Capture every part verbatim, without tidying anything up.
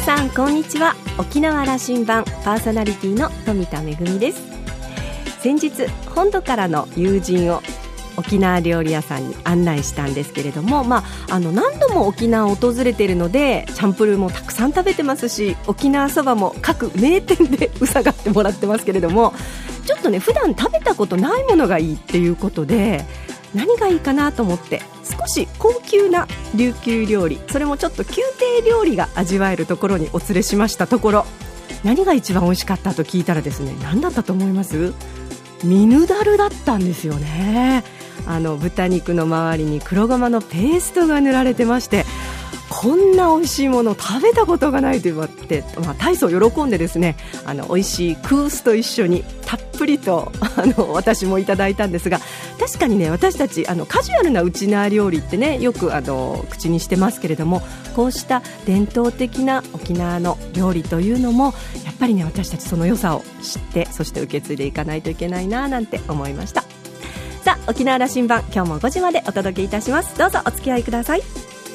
さんこんにちは。沖縄羅針盤パーソナリティの富田恵です。先日本土からの友人を沖縄料理屋さんに案内したんですけれども、まあ、あの何度も沖縄を訪れているのでチャンプルーもたくさん食べてますし、沖縄そばも各名店でうさがってもらってますけれども、ちょっとね普段食べたことないものがいいっていうことで、何がいいかなと思って少し高級な琉球料理、それもちょっと宮廷料理が味わえるところにお連れしましたところ、何が一番美味しかったと聞いたらですね、何だったと思います？ミヌダルだったんですよね。あの豚肉の周りに黒ごまのペーストが塗られてまして、こんな美味しいものを食べたことがないと言われて、まあ、大層喜んでですね、あの美味しいクースと一緒にたっぷりとあの私もいただいたんですが、確かにね私たちあのカジュアルな内縄料理ってねよくあの口にしてますけれども、こうした伝統的な沖縄の料理というのもやっぱりね私たちその良さを知って、そして受け継いでいかないといけないななんて思いました。さあ沖縄羅針盤、今日もごじまでお届けいたします。どうぞお付き合いください。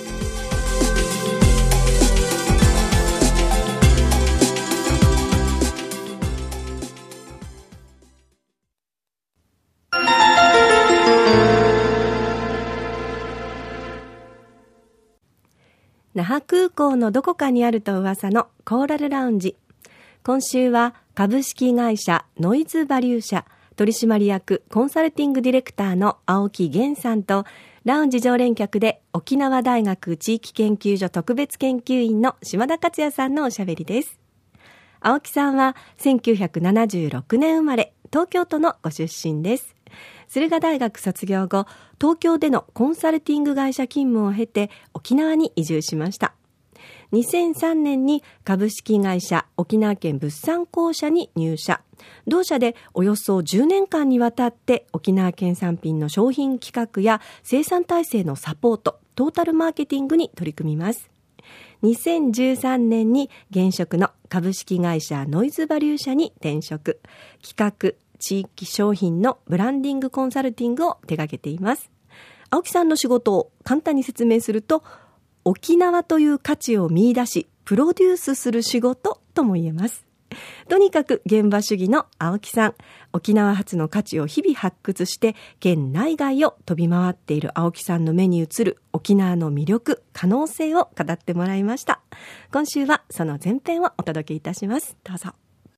那覇空港のどこかにあると噂のコーラルラウンジ。今週は株式会社ノイズバリュー社取締役コンサルティングディレクターの青木源さんと、ラウンジ常連客で沖縄大学地域研究所特別研究員の島田克也さんのおしゃべりです。青木さんはせんきゅうひゃくななじゅうろくねん生まれ、東京都のご出身です。駿河大学卒業後、東京でのコンサルティング会社勤務を経て沖縄に移住しました。にせんさんねんに株式会社沖縄県物産公社に入社。同社でおよそじゅうねんかんにわたって沖縄県産品の商品企画や生産体制のサポート、トータルマーケティングに取り組みます。にせんじゅうさんねんに現職の株式会社ノイズバリュー社に転職。企画、地域商品のブランディングコンサルティングを手掛けています。青木さんの仕事を簡単に説明すると、沖縄という価値を見出しプロデュースする仕事とも言えます。とにかく現場主義の青木さん、沖縄発の価値を日々発掘して県内外を飛び回っている青木さんの目に映る沖縄の魅力、可能性を語ってもらいました。今週はその前編をお届けいたします。どうぞ。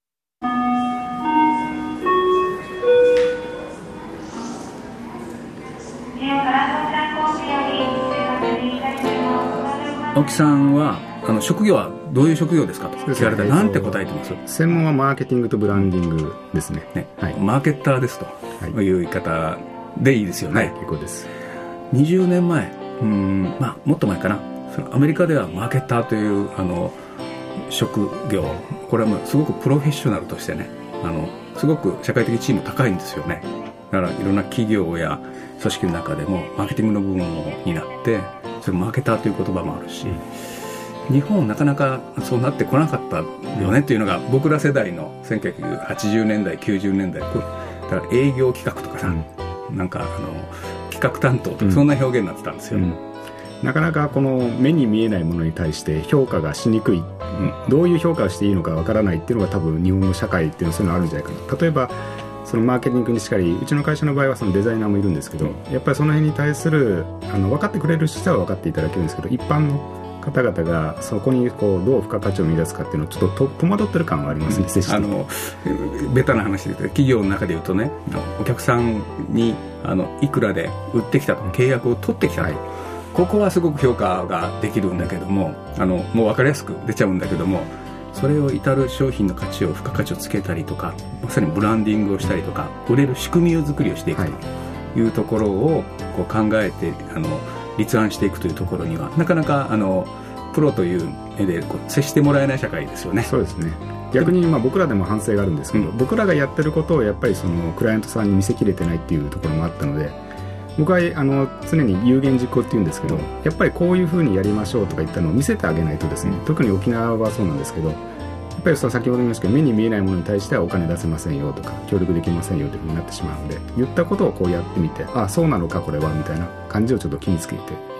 青木さんはあの職業はどういう職業ですかと聞かれたら何て答えてます？ 専門はマーケティングとブランディングです ね, ね、 はい、 マーケッターですという言い方でいいですよね。 はい、結構です。 にじゅうねんまえ、うーん、まあ、もっと前かな、そのアメリカではマーケッターというあの職業、これはもうすごくプロフェッショナルとしてね、あのすごく社会的地位も高いんですよね。だからいろんな企業や組織の中でもマーケティングの部分を担って、それマーケターという言葉もあるし、うん、日本なかなかそうなってこなかったよねっていうのが僕ら世代のせんきゅうひゃくはちじゅうねんだいきゅうじゅうねんだい、だから営業企画とかさ、うん、なんかあの企画担当とかそんな表現になってたんですよ、うんうん、 なかなかこの目に見えないものに対して評価がしにくい、うん、どういう評価をしていいのかわからないっていうのが多分日本の社会っていうのはそういうのあるんじゃないかな。例えばそのマーケティングにしかり、うちの会社の場合はそのデザイナーもいるんですけど、やっぱりその辺に対するあの分かってくれる人は分かっていただけるんですけど、一般の方々がそこにこうどう付加価値を見出すかっていうのをちょっと戸惑ってる感はありますね、うん、接して。あのベタな話で言うと企業の中で言うとね、お客さんにあのいくらで売ってきたと、契約を取ってきたと、はい、ここはすごく評価ができるんだけども、あのもう分かりやすく出ちゃうんだけども、それを至る商品の価値を付加価値をつけたりとか、まさにブランディングをしたりとか、売れる仕組みを作りをしていくというところをこう考えてあの立案していくというところにはなかなかあのプロという目でこう接してもらえない社会ですよね。 そうですね。逆にまあ僕らでも反省があるんですけど、うん、僕らがやってることをやっぱりそのクライアントさんに見せきれてないっていうところもあったので、僕はあの常に有言実行っていうんですけど、やっぱりこういうふうにやりましょうとか言ったのを見せてあげないとですね、特に沖縄はそうなんですけど、やっぱり先ほど言いましたけど、目に見えないものに対してはお金出せませんよとか協力できませんよというふうになってしまうので、言ったことをこうやってみて、ああそうなのかこれはみたいな感じをちょっと気につけて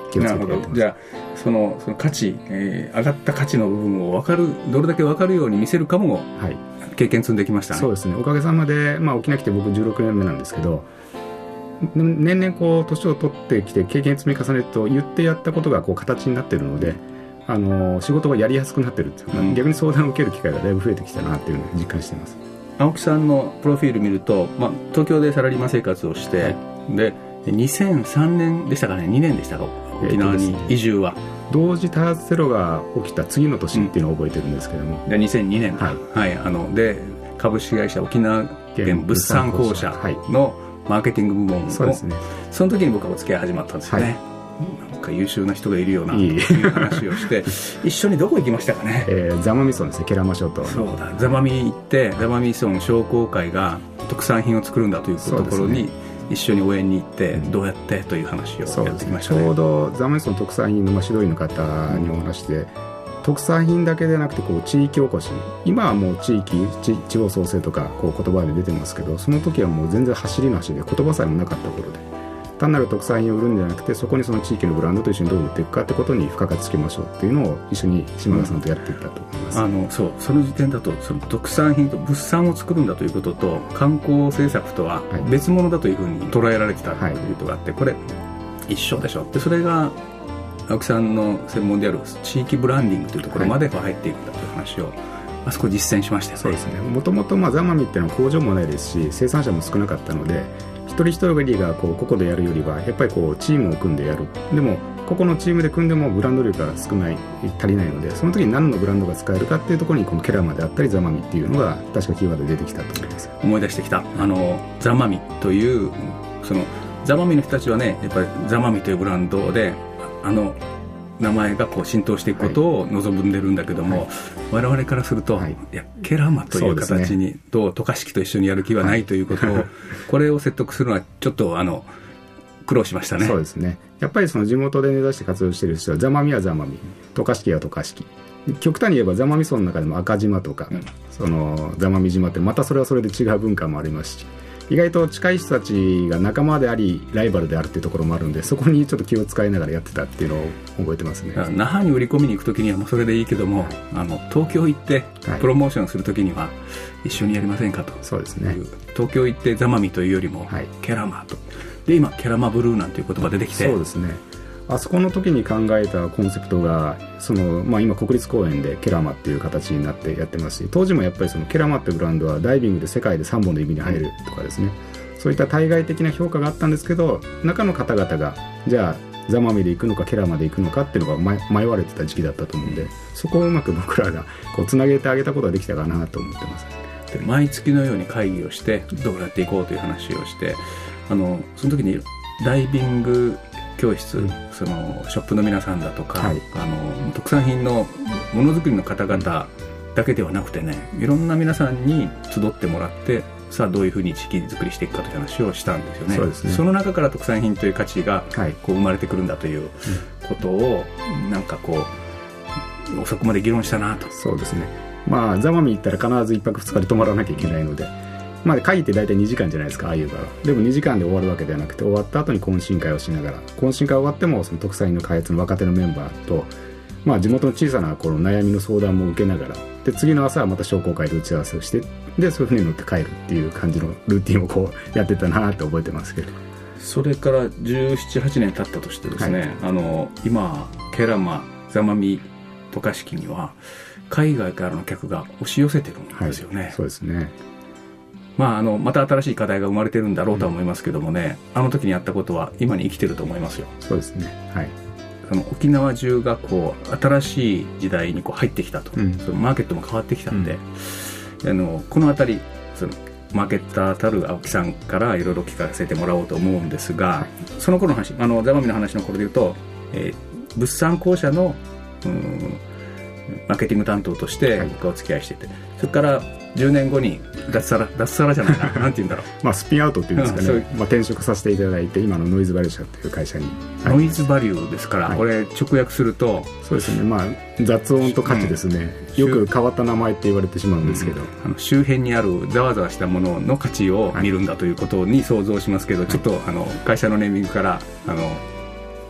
気をつけてやってます。 なるほど。じゃあその、その価値、えー、上がった価値の部分を分かる、どれだけ分かるように見せるかも、はい、経験積んできましたね。 そうですね。おかげさまで、まあ、沖縄来て僕じゅうろくねんめなんですけど、年々こう年を取ってきて経験積み重ねると言ってやったことがこう形になっているので、あの仕事がやりやすくなってるっていうか、うん、逆に相談を受ける機会がだいぶ増えてきたなっていうのを実感しています。 青木さんのプロフィール見ると、まあ、東京でサラリーマン生活をして、はい、でにせんさんねんでしたかね、にねんでしたか、沖縄に移住は、えー同時多発テロが起きた次の年っていうのを覚えてるんですけども、 うん、でにせんにねん、はいはい、あので株式会社沖縄県物産公社のマーケティング部門を、そうですね、その時に僕はお付き合い始まったんですよね、はい、なんか優秀な人がいるようなという話をして一緒にどこ行きましたかね、 えー、座間味村ですね、慶良間諸島の。 そうだ、座間味行って、座間味村商工会が特産品を作るんだというところに一緒に応援に行って、うん、どうやってという話をやってきましたね。 ちょうど座間味村の特産品の指導員の方にお話して、うん、特産品だけでなくてこう地域おこし、今はもう地域地方創生とかこう言葉で出てますけど、その時はもう全然走りなしで言葉さえもなかった頃で、単なる特産品を売るんじゃなくて、そこにその地域のブランドと一緒にどう売っていくかってことに付加価値つけましょうっていうのを一緒に島田さんとやっていったと思います、 うん、あのそうその時点だとその特産品と物産を作るんだということと観光政策とは別物だというふうに捉えられてたということがあって、はい、これ一緒でしょって、それが青木さんの専門である地域ブランディングというところまで入っていくんだという話を、はい、あそこ実践しましたよね。 そうですね。もともと座間味っていうのは工場もないですし、生産者も少なかったので、一人一人がこう個々でやるよりはやっぱりこうチームを組んでやる。でも個々のチームで組んでもブランド力が少ない、足りないので、その時に何のブランドが使えるかっていうところにこのケラマであったり座間味っていうのが確かキーワードで出てきたと思います。 思い出してきた。あの座間味というその座間味の人たちはね、やっぱり座間味というブランドであの名前がこう浸透していくことを望んでるんだけども、はい、我々からすると、はい、いやケラマという形にどう渡嘉敷と一緒にやる気はないということを、はい、これを説得するのはちょっとあの苦労しましたね。 そうですね。やっぱりその地元で根ざして活動している人は座間味は座間味、渡嘉敷は渡嘉敷、極端に言えば座間味村の中でも赤島とか、うん、その座間味島ってまたそれはそれで違う文化もありますし、意外と近い人たちが仲間でありライバルであるっていうところもあるんで、そこにちょっと気を使いながらやってたっていうのを覚えてますね。 那覇に売り込みに行くときにはもうそれでいいけども、はい、あの東京行ってプロモーションするときには一緒にやりませんかと、はい、 そうですね。 東京行って座間味というよりも、はい、ケラマとで今ケラマブルーなんていう言葉出てきて、 そうですね。あそこの時に考えたコンセプトがその、まあ、今国立公園でケラマっていう形になってやってますし、当時もやっぱりそのケラマってブランドはダイビングで世界でさんぼんの指に入るとかですね、うん、そういった対外的な評価があったんですけど、中の方々がじゃあ座間味で行くのかケラマで行くのかっていうのが迷われてた時期だったと思うんで、そこをうまく僕らがこうつなげてあげたことができたかなと思ってます。 で毎月のように会議をしてどうやっていこうという話をして、あのその時にダイビング教室、うん、そのショップの皆さんだとか、はい、あの特産品のものづくりの方々だけではなくてね、いろんな皆さんに集ってもらって、さあどういうふうに地域づくりしていくかという話をしたんですよね。 そうですね。 その中から特産品という価値がこう生まれてくるんだということを、うん、なんかこう遅くまで議論したなと。 そうですね。まあ座間味行ったら必ずいっぱくふつかで泊まらなきゃいけないので、まあ、会議って大体にじかんじゃないですか、ああいう場は。でもにじかんで終わるわけではなくて、終わった後に懇親会をしながら、懇親会終わってもその特産品の開発の若手のメンバーと、まあ、地元の小さなこの悩みの相談も受けながら、で次の朝はまた商工会で打ち合わせをして、でそういう船に乗って帰るっていう感じのルーティンをこうやってたなって覚えてますけど、 それからじゅうなな、はちねん経ったとしてですね、はい、あの今ケラマ、座間味、渡嘉敷には海外からの客が押し寄せてるんですよね、 はい、そうですね。 まあ、あのまた新しい課題が生まれてるんだろうとは思いますけどもね、うん、あの時にやったことは今に生きてると思いますよ。 そうですね、はい、 その沖縄中がこう新しい時代にこう入ってきたと、うん、そのマーケットも変わってきたんで、うん、あのこのあたりそのマーケッターたる青木さんからいろいろ聞かせてもらおうと思うんですが、はい、その頃の話、あの座間味の話の頃で言うと、えー、物産公社のうんマーケティング担当として僕はお付き合いしてて、はい、それからじゅうねんごに脱サラ脱サラじゃないななんて言うんだろうまあスピンアウトっていうんですかね、うん、まあ、転職させていただいて今のノイズバリュー社という会社に、 はい、ノイズバリューですから、はい、これ直訳するとそうですね、まあ雑音と価値ですね、うん、よく変わった名前って言われてしまうんですけど、うん、 あの周辺にあるざわざわしたものの価値を見るんだということに想像しますけど、はい、ちょっとあの会社のネーミングからあの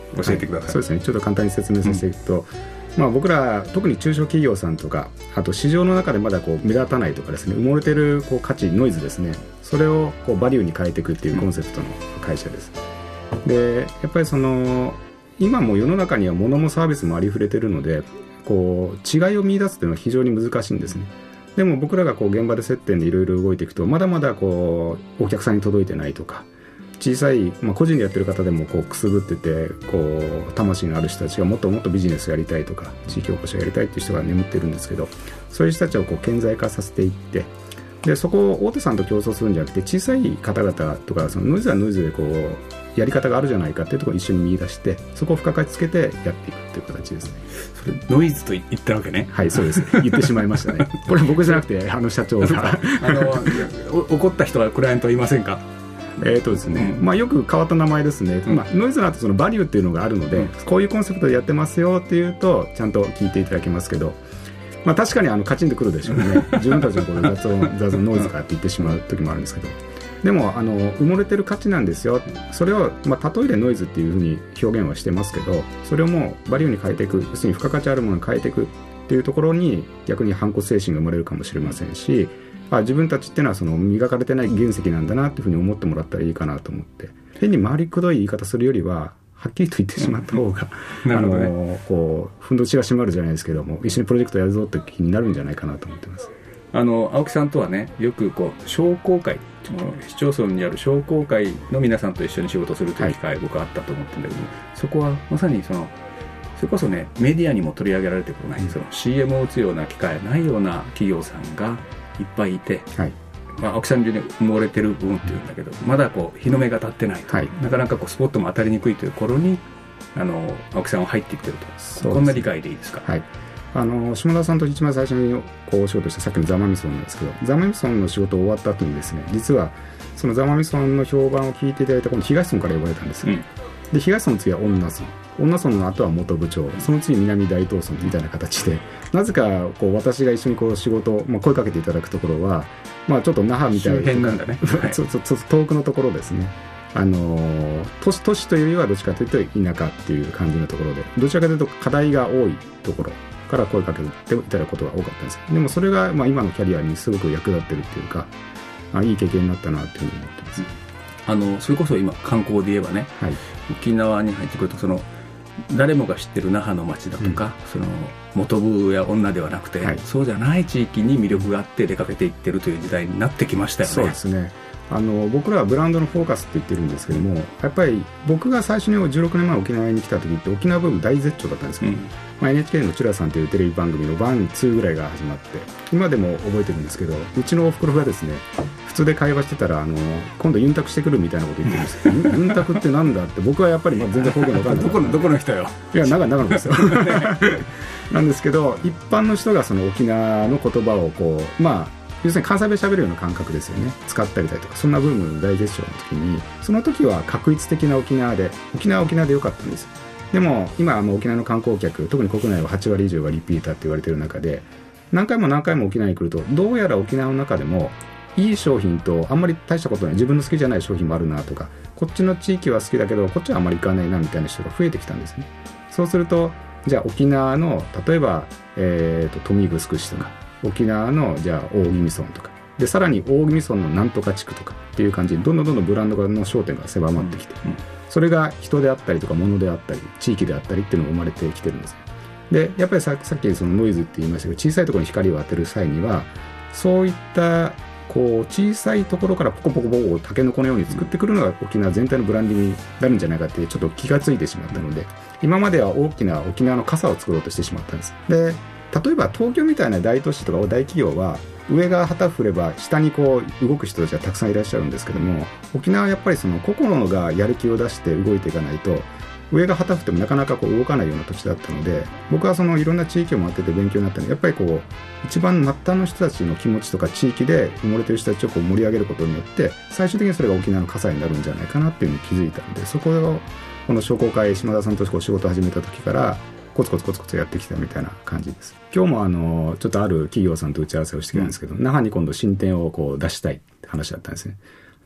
教えてください。はい、 そうですね、ちょっと簡単に説明させていくと、うん、まあ、僕ら特に中小企業さんとか、あと市場の中でまだこう目立たないとかですね、埋もれてるこう価値、ノイズですね、それをこうバリューに変えていくっていうコンセプトの会社です。うん、でやっぱりその今も世の中には物もサービスもありふれてるので、こう違いを見出すっていうのは非常に難しいんですね。でも僕らがこう現場で接点でいろいろ動いていくと、まだまだこうお客さんに届いてないとか、小さい、まあ、個人でやってる方でもこうくすぶってて、こう魂のある人たちがもっともっとビジネスやりたいとか地域おこしをやりたいっていう人が眠ってるんですけど、そういう人たちをこう顕在化させていって、でそこを大手さんと競争するんじゃなくて、小さい方々とかそのノイズはノイズでこうやり方があるじゃないかっていうところを一緒に見出して、そこを付加価値つけてやっていくっていう形ですね。 それノイズと言ったわけね。 はい、そうですね、言ってしまいましたね。これ僕じゃなくてあの社長があの怒った人はクライアントはいませんか？ えーとですね、うん、まあ、よく変わった名前ですね。うん、まあ、ノイズの後そのバリューっていうのがあるので、うん、こういうコンセプトでやってますよっていうとちゃんと聞いていただけますけど、まあ、確かにあのカチンとくるでしょうね。自分たちのこの雑音雑音ノイズかって言ってしまう時もあるんですけど、でもあの埋もれてる価値なんですよ。それを、まあ、例えでノイズっていうふうに表現はしてますけど、それをもうバリューに変えていく、要するに付加価値あるものに変えていくっていうところに逆に反骨精神が生まれるかもしれませんし、あ、自分たちっていうのはその磨かれてない原石なんだなっていうふうに思ってもらったらいいかなと思って、変に回りくどい言い方するよりははっきりと言ってしまった方が、うん、あの、ね、こうふんどしが締まるじゃないですけども、一緒にプロジェクトやるぞって気になるんじゃないかなと思ってます。 あの青木さんとはね、よくこう商工会、市町村にある商工会の皆さんと一緒に仕事するという機会、はい、僕はあったと思ってるんだけど、そこはまさにそのそれこそね、メディアにも取り上げられてこない、うん、その シーエム を打つような機会ないような企業さんがいっぱいいて、はい、まあ、青木さん流に埋もれてる部分っていうんだけど、まだこう日の目が立ってないと、はい、なかなかこうスポットも当たりにくいという頃にあの青木さんは入ってきてると、こんな理解でいいですか？ はい、あの下田さんと一番最初にこうお仕事したさっきのザマミソンなんですけど、ザマミソンの仕事終わった後にですね、実はそのザマミソンの評判を聞いていただいたこの東村から呼ばれたんですよ、うん、で東村の次は女村、女村の後は元部長、その次南大東村みたいな形で、なぜかこう私が一緒にこう仕事、まあ、声かけていただくところは、まあ、ちょっと那覇みたいな周辺なんだね、 はい、ちょっと遠くのところですね。あの都市、都市というよりはどっちかというと田舎っていう感じのところで、どちらかというと課題が多いところから声かけていただくことが多かったんです。でもそれがまあ今のキャリアにすごく役立ってるっていうか、あ、いい経験になったなっていうふうに思ってます。 あのそれこそ今観光で言えばね、はい、沖縄に入ってくるとその誰もが知ってる那覇の街だとか、うん、その元部や女ではなくて、はい、そうじゃない地域に魅力があって出かけていってるという時代になってきましたよね。 そうですね。あの僕らはブランドのフォーカスって言ってるんですけども、やっぱり僕が最初にじゅうろくねんまえ沖縄に来た時って沖縄ブーム大絶頂だったんですけど、うん、まあ、エヌエイチケー のチュラさんというテレビ番組のワン、ツーぐらいが始まって、今でも覚えてるんですけど、うちのおふくろがですね、普通で会話してたらあの今度ユンタクしてくるみたいなこと言ってるんですけど、ユンタクってなんだって、僕はやっぱりまあ全然方言わかんない。 どこのどこの人よ。 いや、長野ですよ。なんですけど、一般の人がその沖縄の言葉をこう、まあ要するに関西弁喋るような感覚ですよね、使ったりだとか、そんなブームの大絶頂の時に、その時は確一的な沖縄で、沖縄は沖縄で良かったんですよ。でも今はもう沖縄の観光客、特に国内ははちわり以上がリピーターって言われている中で、何回も何回も沖縄に来ると、どうやら沖縄の中でもいい商品とあんまり大したことない、自分の好きじゃない商品もあるなとか、こっちの地域は好きだけどこっちはあんまり行かないなみたいな人が増えてきたんですね。そうすると、じゃあ沖縄の例えば、えーと、豊見城市とか、沖縄のじゃあ大宜味村とかで、さらに大宜味村のなんとか地区とかっていう感じで、どんどんどんどんブランドの焦点が狭まってきて、うんうん、それが人であったりとか物であったり地域であったりっていうのが生まれてきてるんです。でやっぱり さ, さっきそのノイズって言いましたけど、小さいところに光を当てる際には、そういったこう小さいところからポコポコポコをタケノコのように作ってくるのが沖縄全体のブランディングになるんじゃないかってちょっと気がついてしまったので、今までは大きな沖縄の傘を作ろうとしてしまったんです。で例えば東京みたいな大都市とか大企業は上が旗振れば下にこう動く人たちがたくさんいらっしゃるんですけども、沖縄はやっぱりその個々がやる気を出して動いていかないと、上が旗振ってもなかなかこう動かないような土地だったので、僕はそのいろんな地域を回ってて勉強になったので、やっぱりこう一番末端の人たちの気持ちとか地域で埋もれてる人たちをこう盛り上げることによって、最終的にそれが沖縄の傘になるんじゃないかなっていうのに気づいたので、そこをこの商工会島田さんとこう仕事を始めた時からコツコツコツコツやってきたみたいな感じです。今日もあのちょっとある企業さんと打ち合わせをしてきたんですけど、うん、那覇に今度新店をこう出したいって話だったんですね。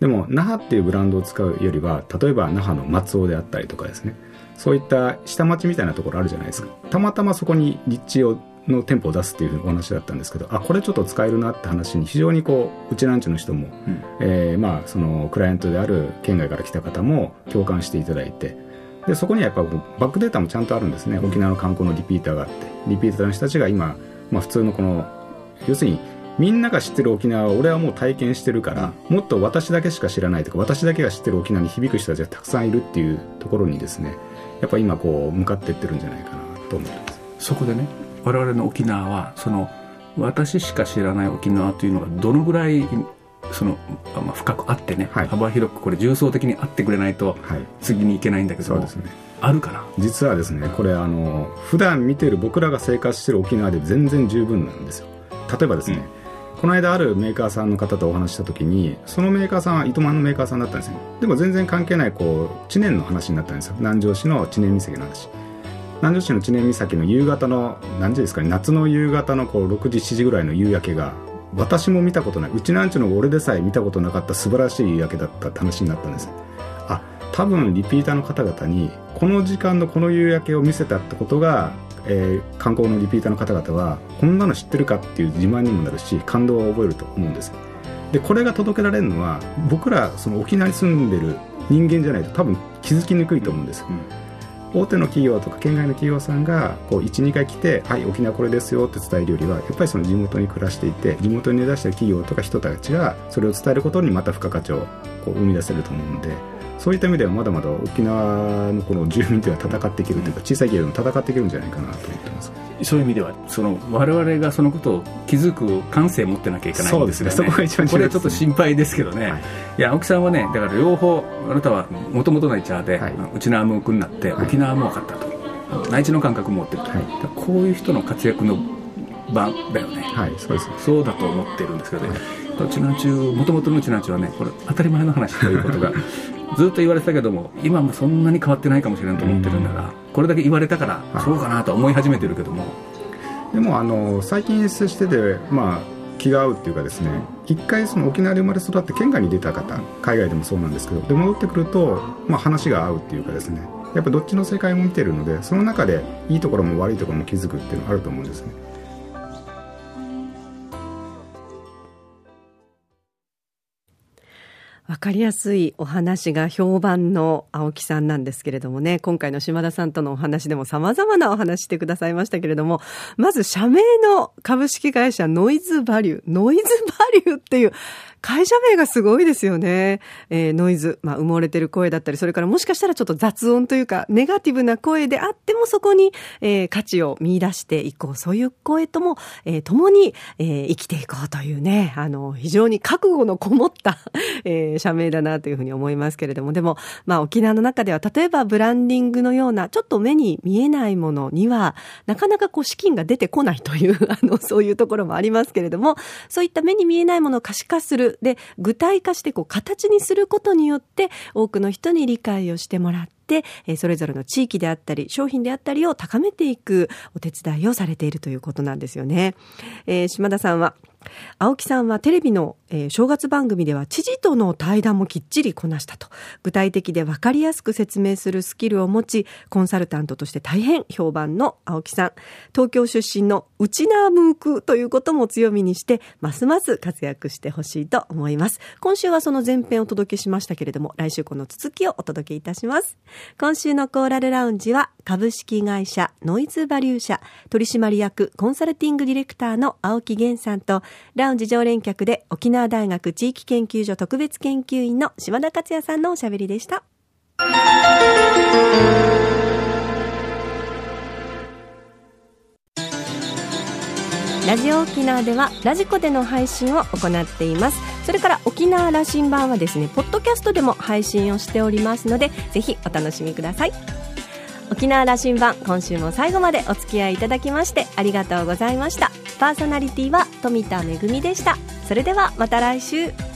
でも那覇っていうブランドを使うよりは、例えば那覇の松尾であったりとかですね、そういった下町みたいなところあるじゃないですか。たまたまそこに立地をの店舗を出すっていうお話だったんですけど、あ、これちょっと使えるなって話に非常にこううちなんちゅの人も、うん、えー、まあそのクライアントである県外から来た方も共感していただいて、でそこにはやっぱバックデータもちゃんとあるんですね。沖縄の観光のリピーターがあって、リピーターの人たちが今、まあ、普通のこの要するにみんなが知ってる沖縄は俺はもう体験してるから、もっと私だけしか知らないとか、私だけが知ってる沖縄に響く人たちがたくさんいるっていうところにですね、やっぱ今こう向かっていってるんじゃないかなと思います。 そこでね、我々の沖縄はその私しか知らない沖縄というのがどのぐらいその、まあ、深くあってね、はい、幅広くこれ重層的にあってくれないと次に行けないんだけど、はい、そうですね、あるかな。 実はですね、これあの普段見てる僕らが生活してる沖縄で全然十分なんですよ。例えばですね、うん、この間あるメーカーさんの方とお話した時に、そのメーカーさんは糸満のメーカーさんだったんですよ。でも全然関係ないこう知念の話になったんですよ。南城市の知念岬の話。南城市の知念岬の夕方の何時ですかね、夏の夕方のこうろくじしちじぐらいの夕焼けが、私も見たことない、うちなんちゅの俺でさえ見たことなかった素晴らしい夕焼けだったって話になったんです。あ、多分リピーターの方々にこの時間のこの夕焼けを見せたってことが、えー、観光のリピーターの方々はこんなの知ってるかっていう自慢にもなるし、感動を覚えると思うんです。でこれが届けられるのは、僕らその沖縄に住んでる人間じゃないと多分気づきにくいと思うんです、うん、大手の企業とか県外の企業さんがこう いちにかい来て、はい、沖縄これですよって伝えるよりは、やっぱりその地元に暮らしていて、地元に根ざしている企業とか人たちがそれを伝えることにまた付加価値をこう生み出せると思うので、そういった意味ではまだまだ沖縄のこの住民というのは戦っていけるというか、小さい企業でも戦っていけるんじゃないかなと思ってます。 そういう意味ではその我々がそのことを気づく感性を持ってなきゃいけないんですよね。 そうですね、そこが一番重要ですね。これちょっと心配ですけどね、はい、いや青木さんはね、だから両方、あなたはもともとの市場で、はい、うちなームークになって沖縄も分かったと、はい、内地の感覚も持ってると、はい、こういう人の活躍の場だよね、 はい、そうです。 そうだと思ってるんですけどね、はい、うちなんちゅう、もともとのうちなんちゅうはね、これ当たり前の話ということがずっと言われてたけども、今もそんなに変わってないかもしれないと思ってるんだが、これだけ言われたから、はい、そうかなと思い始めてるけども、 でもあの最近接してて、まあ、気が合うっていうかですね、一回その沖縄で生まれ育って県外に出た方、海外でもそうなんですけど、で戻ってくると、まあ、話が合うっていうかですね、やっぱどっちの世界も見てるので、その中でいいところも悪いところも気づくっていうのがあると思うんですね。 わかりやすいお話が評判の青木さんなんですけれどもね、今回の島田さんとのお話でも様々なお話してくださいましたけれども、まず社名の株式会社ノイズバリュー、ノイズバリューっていう会社名がすごいですよね。えー、ノイズ、まあ、埋もれてる声だったり、それからもしかしたらちょっと雑音というか、ネガティブな声であってもそこに、えー、価値を見出していこう。そういう声とも、えー、共に、えー、生きていこうというね、あの、非常に覚悟のこもった、えー、社名だなというふうに思いますけれども、でも、まあ、沖縄の中では、例えばブランディングのような、ちょっと目に見えないものには、なかなかこう、資金が出てこないという、あの、そういうところもありますけれども、そういった目に見えないものを可視化する。で、具体化してこう形にすることによって多くの人に理解をしてもらって、それぞれの地域であったり商品であったりを高めていくお手伝いをされているということなんですよね。えー、島田さんは青木さんはテレビの、えー、正月番組では知事との対談もきっちりこなしたと、具体的で分かりやすく説明するスキルを持ち、コンサルタントとして大変評判の青木さん、東京出身のウチナームークということも強みにしてますます活躍してほしいと思います。今週はその前編をお届けしましたけれども、来週この続きをお届けいたします。今週のコーラルラウンジは株式会社ノイズバリュー社取締役コンサルティングディレクターの青木源さんと、ラウンジ常連客で沖縄大学地域研究所特別研究員の島田克也さんのおしゃべりでした。ラジオ沖縄ではラジコでの配信を行っています。それから沖縄羅針盤はですね、ポッドキャストでも配信をしておりますので、ぜひお楽しみください。沖縄羅針盤、今週も最後までお付き合いいただきましてありがとうございました。パーソナリティは富田恵でした。それではまた来週。